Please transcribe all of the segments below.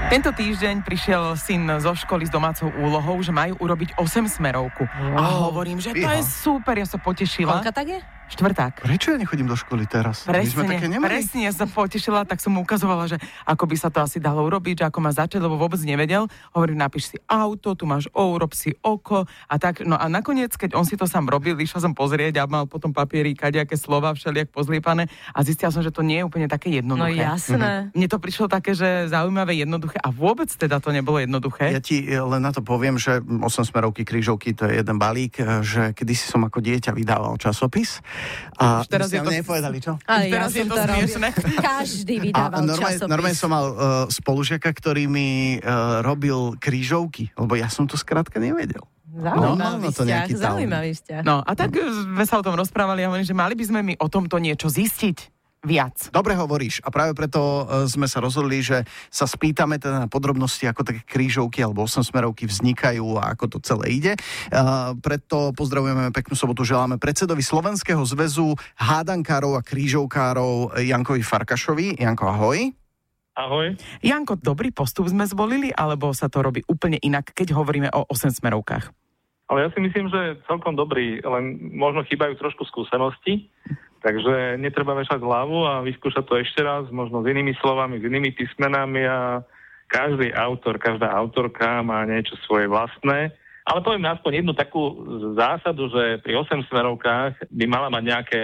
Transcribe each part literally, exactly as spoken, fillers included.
Tento týždeň prišiel syn zo školy s domácou úlohou, že majú urobiť osemsmerovku. Wow. A hovorím, že to je super, ja sa potešila. Koľka tak je? Štvrták. Prečo ja nechodím do školy teraz? Presne, My sme také nemali. presne, ja sa potešila, tak som mu ukazovala, že ako by sa to asi dalo urobiť, že ako má začať, lebo vôbec nevedel. Hovorím, napíš si auto, tu máš O, urob si oko a tak. No a nakoniec, keď on si to sám robil, vyšla som pozrieť a mal potom papiery, kadejaké slova, všelijak pozliepané a zistila som, že to nie je úplne také jednoduché. No jasné. Mhm. Mne to prišlo také, že zaujímavé, jednoduché a vôbec teda to nebolo jednoduché. Ja ti len na to poviem, že osemsmerovky, krížovky, to je jeden balík, že kedysi som ako dieťa vydával časopis. A teraz je to... nepovedali, čo? Aj teraz ja je to som smiešné. Každý vydával normálne, časopis. normálne som mal uh, spolužiaka, ktorý mi uh, robil krížovky, lebo ja som to skrátka nevedel. Zaujímavý no, to vzťah, nejaký zaujímavý vzťah. No a tak sme sa o tom rozprávali a hovorím, že mali by sme mi o tomto niečo zistiť viac. Dobre hovoríš a práve preto sme sa rozhodli, že sa spýtame teda na podrobnosti, ako také krížovky alebo osemsmerovky vznikajú a ako to celé ide. Uh, preto pozdravujeme, peknú sobotu želáme predsedovi Slovenského zväzu hádankárov a krížovkárov Jankovi Farkašovi. Janko, ahoj. Ahoj. Janko, dobrý postup sme zvolili, alebo sa to robí úplne inak, keď hovoríme o osemsmerovkách? Ale ja si myslím, že celkom dobrý, len možno chýbajú trošku skúsenosti. Takže netreba vešať hlavu a vyskúšať to ešte raz, možno s inými slovami, s inými písmenami a každý autor, každá autorka má niečo svoje vlastné. Ale poviem aspoň jednu takú zásadu, že pri osemsmerovkách by mala mať nejaké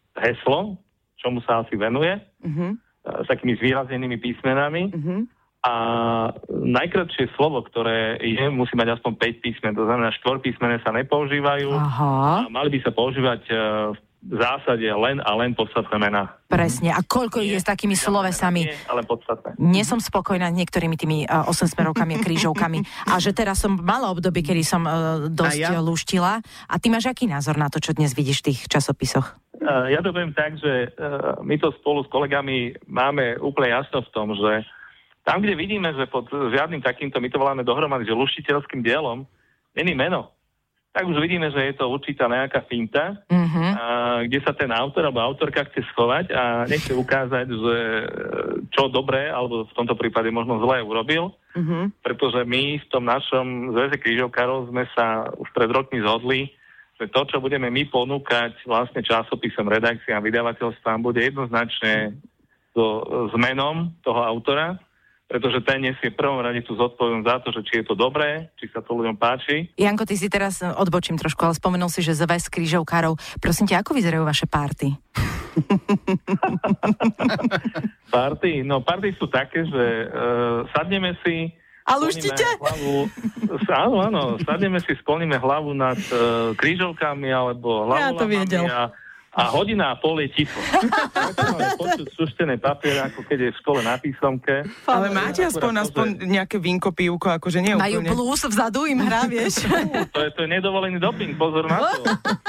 heslo, čomu sa asi venuje, uh-huh. s takými zvýraznenými písmenami. Uh-huh. A najkratšie slovo, ktoré je, musí mať aspoň päť písmen, to znamená štvorpísmené sa nepoužívajú. Aha. A mali by sa používať v zásade len a len podstatné mená. Presne. A koľko ich je s takými slovesami? Nie, ale podstatné. Nie som spokojná s niektorými tými uh, osemsmerovkami a krížovkami. A že teraz som mala obdobie, kedy som uh, dosť ja? luštila. A ty máš aký názor na to, čo dnes vidíš v tých časopisoch? Uh, ja to poviem tak, že uh, my to spolu s kolegami máme úplne jasno v tom, že tam, kde vidíme, že pod žiadnym takýmto, my to voláme dohromady, že luštiteľským dielom, není meno, tak už vidíme, že je to určitá nejaká finta, uh-huh. a, kde sa ten autor alebo autorka chce schovať a nechce ukázať, že čo dobré, alebo v tomto prípade možno zlé urobil, uh-huh. pretože my v tom našom zväze krížovkárov sme sa už pred rokmi zhodli, že to, čo budeme my ponúkať vlastne časopisom, redakciám, vydavateľstvám, bude jednoznačne so zmenom toho autora, pretože ten nesie v prvom rade tú zodpovednosť za to, že či je to dobré, či sa to ľuďom páči. Janko, ty si teraz odbočím trošku, ale spomenul si, že zväz krížovkárov. Prosím ťa, ako vyzerajú vaše párty? Párty? No, párty sú také, že uh, sadneme si... A luštíte? Hlavu, áno, áno, sadneme si, skloníme hlavu nad uh, krížovkami alebo hlavu ja to vedel. a A hodina a pol je ticho. Máme počuť suštené papiere, ako keď je v škole na písomke. Ale máte aspoň, aspoň nejaké vínko, pívko, akože nie Majú úplne. blues vzadu, im hrá, vieš. To je, to je nedovolený doping, pozor na to.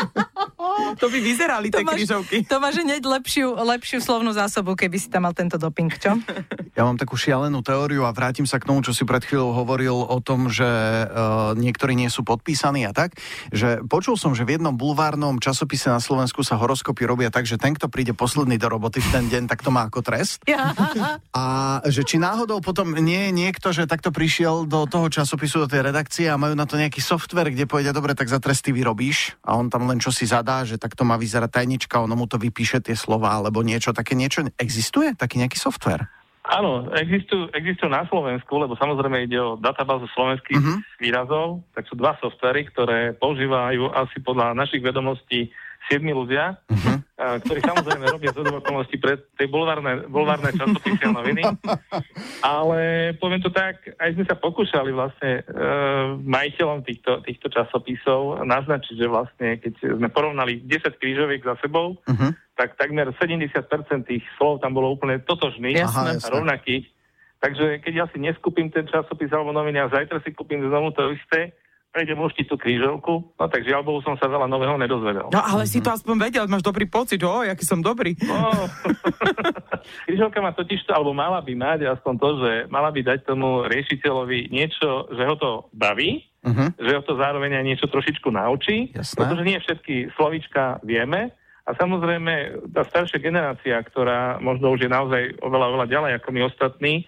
To by vyzerali tie krížovky. To máš hneď lepšiu, lepšiu slovnú zásobu, keby si tam mal tento doping, čo? Ja mám takú šialenú teóriu a vrátim sa k tomu, čo si pred chvíľou hovoril o tom, že uh, niektorí nie sú podpísaní a tak, že počul som, že v jednom bulvárnom časopise na Slovensku sa horoskopy robia tak, že ten, kto príde posledný do roboty v ten deň, tak to má ako trest. Ja. A že či náhodou potom nie je niekto, že takto prišiel do toho časopisu, do tej redakcie a majú na to nejaký software, kde povedia, dobre, tak za tresty vyrobíš a on tam len čo si zadá, že takto má vyzerať tajnička, ono mu to vypíše tie slova, alebo niečo také, niečo existuje? Taký nejaký software? Áno, existujú, existujú na Slovensku, lebo samozrejme ide o databázu slovenských uh-huh. výrazov, tak sú dva softvery, ktoré používajú asi podľa našich vedomostí siedmi ľudia, uh-huh. a, ktorí samozrejme robia z okolností pre tej bulvárne, bulvárne časopisy a noviny. Ale poviem to tak, aj sme sa pokúšali vlastne e, majiteľom týchto, týchto časopisov naznačiť, že vlastne keď sme porovnali desať krížoviek za sebou, uh-huh. tak takmer sedemdesiat percent tých slov tam bolo úplne totožných a rovnakých. Takže keď ja si neskúpim ten časopis alebo noviny a zajtra si kúpim znovu to isté, prejdem uštiť tú krížovku, no tak žiaľ Bohu som sa veľa nového nedozvedel. No ale mm-hmm. si to aspoň vedel, máš dobrý pocit, o, aký som dobrý. No. Krížovka má totiž to, alebo mala by mať aspoň to, že mala by dať tomu riešiteľovi niečo, že ho to baví, uh-huh. že ho to zároveň aj niečo trošičku naučí, Jasné. pretože nie všetky slovíčka vieme. A samozrejme, tá staršia generácia, ktorá možno už je naozaj oveľa, oveľa ďalej ako my ostatní,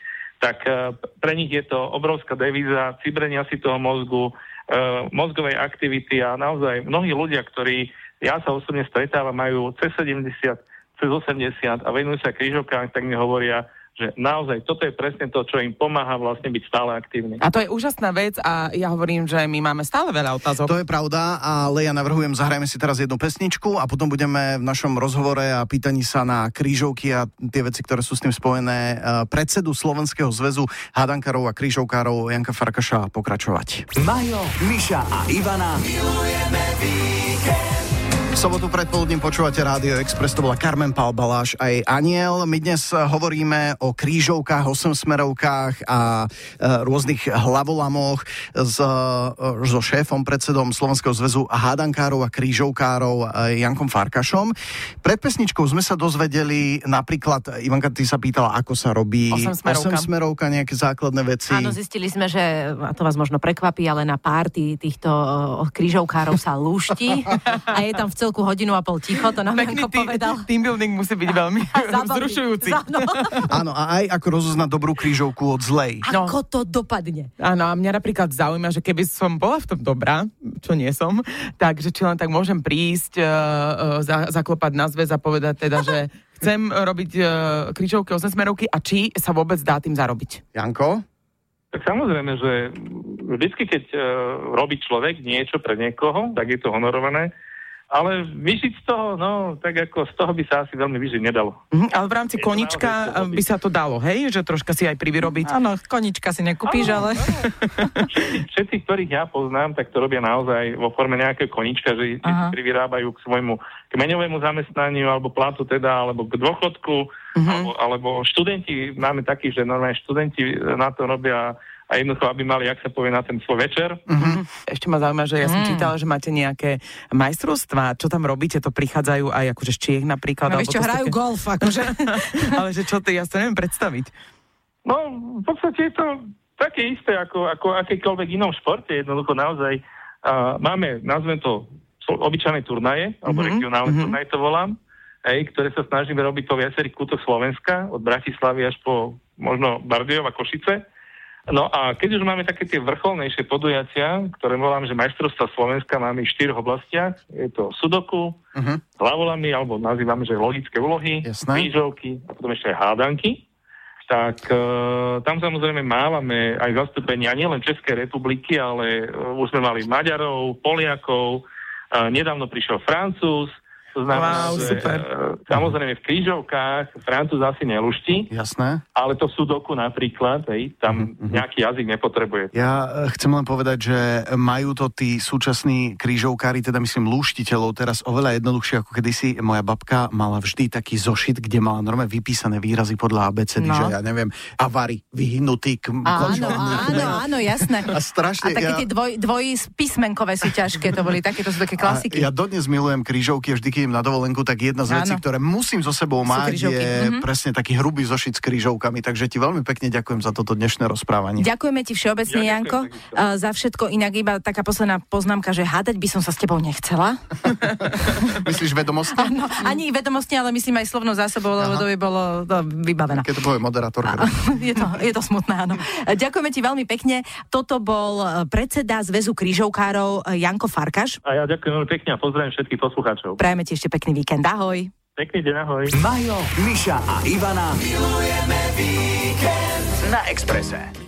tak pre nich je to obrovská devíza, cibrenia si toho mozgu, mozgovej aktivity a naozaj mnohí ľudia, ktorí, ja sa osobne stretávam, majú cez sedemdesiat, cez osemdesiat a venujú sa krížovkám, tak mi hovoria, že naozaj toto je presne to, čo im pomáha vlastne byť stále aktívny. A to je úžasná vec a ja hovorím, že my máme stále veľa otázok. To je pravda, ale ja navrhujem, zahrajme si teraz jednu pesničku a potom budeme v našom rozhovore a pýtaní sa na krížovky a tie veci, ktoré sú s tým spojené, predsedu Slovenského zväzu hádankárov a krížovkárov Janka Farkaša pokračovať. Majo, Miša a Ivana milujeme víkend. V sobotu predpoludním počúvate Rádio Express, to bola Carmen Pál Baláš aj Aniel. My dnes hovoríme o krížovkách, osemsmerovkách a e, rôznych hlavolamoch s, e, so šéfom, predsedom Slovenského zväzu hádankárov a krížovkárov e, Jankom Farkašom. Pred pesničkou sme sa dozvedeli napríklad, Ivanka, ty sa pýtala, ako sa robí osemsmerovka, osemsmerovka nejaké základné veci. Áno, zistili sme, že, a to vás možno prekvapí, ale na párty týchto o, krížovkárov sa lúšti a je tam v celku hodinu a pol ticho, to nám Janko povedal. Team building musí byť veľmi vzrušujúci. Áno, a aj ako rozoznať dobrú krížovku od zlej. No. Ako to dopadne? Áno, a mňa napríklad zaujíma, že keby som bola v tom dobrá, čo nie som, takže či len tak môžem prísť, uh, uh, za, zaklopať na zväz a povedať teda, že chcem robiť uh, krížovky, osemsmerovky a či sa vôbec dá tým zarobiť. Janko? Tak samozrejme, že vždycky, keď uh, robí človek niečo pre niekoho, tak je to honorované. Ale vyžiť z toho, no, tak ako z toho by sa asi veľmi vyžiť nedalo. Mm, ale v rámci konička by sa to dalo, hej? Že troška si aj privyrobiť. Áno, konička si nekúpíš, ale... Všetci, všetci, ktorých ja poznám, tak to robia naozaj vo forme nejakého konička, že si privyrábajú k svojmu kmeňovému zamestnaniu, alebo platu teda, alebo k dôchodku, uh-huh. alebo, alebo študenti, máme takých, že normálne študenti na to robia a jednoducho, aby mali, jak sa povie, na ten svoj večer. Uh-huh. Ešte ma zaujíma, že ja som mm. čítala, že máte nejaké majstrovstvá. Čo tam robíte? To prichádzajú aj akože z Čiech napríklad. No vieš čo, hrajú také... golf, akože. Ale že čo to, ja sa neviem predstaviť. No, v podstate je to také isté, ako, ako akýkoľvek inom športe. Jednoducho naozaj uh, máme, nazvem to, obyčajné turnaje, uh-huh. alebo regionálne uh-huh. turnaje to volám, hej, ktoré sa snažíme robiť po viacerých kútoch Slovenska, od Bratislavy až po možno Bardejov a Košice. No a keď už máme také tie vrcholnejšie podujatia, ktoré volám, že majstrovstvá Slovenska, máme v štyroch oblastiach. Je to sudoku, uh-huh. hlavolamy, alebo nazývame, že logické úlohy, krížovky a potom ešte aj hádanky. Tak e, tam samozrejme mávame aj zastúpenia nielen Českej republiky, ale e, už sme mali Maďarov, Poliakov, e, nedávno prišiel Francúz. To znamená, wow, že super. Samozrejme v krížovkách Francúz asi neluští. Jasné. Ale to sudoku napríklad, hej, tam mm-hmm. nejaký jazyk nepotrebuje. Ja chcem len povedať, že majú to tí súčasní krížovkári, teda myslím lúštiteľov, teraz oveľa jednoduchšie ako kedysi. Moja babka mala vždy taký zošit, kde mala normálne vypísané výrazy podľa abecedy, no. že ja neviem, avary, vyhnutý k Áno, áno, áno, jasné. A strašne. A také ja... tie dvoj, dvoj písmenkové sú ťažké, to boli také, to sú také klasiky. A ja dodnes milujem krížovky, vždy na dovolenku, tak jedna z vecí, áno. ktoré musím so sebou mať, je mm-hmm. presne taký hrubý zošit s krížovkami. Takže ti veľmi pekne ďakujem za toto dnešné rozprávanie. Ďakujeme ti všeobecne, ja Janko, uh, za všetko. Inak iba taká posledná poznámka, že hádať by som sa s tebou nechcela. Myslíš vedomosti? Áno, ani vedomosti, ale myslím aj slovnou zásobou, lebo to by bolo to vybavené. Keď to povie moderátorka. je, to, je to smutné, áno. Ďakujeme ti veľmi pekne. Toto bol predseda Zväzu krížovkárov Janko Farkaš. A ja ďakujem veľmi pekne a pozdravím všetkých poslucháčov. Prajeme ti ešte pekný víkend. Ahoj. Pekný deň, ahoj. Majo, Miša a Ivana milujeme víkend na Expresse.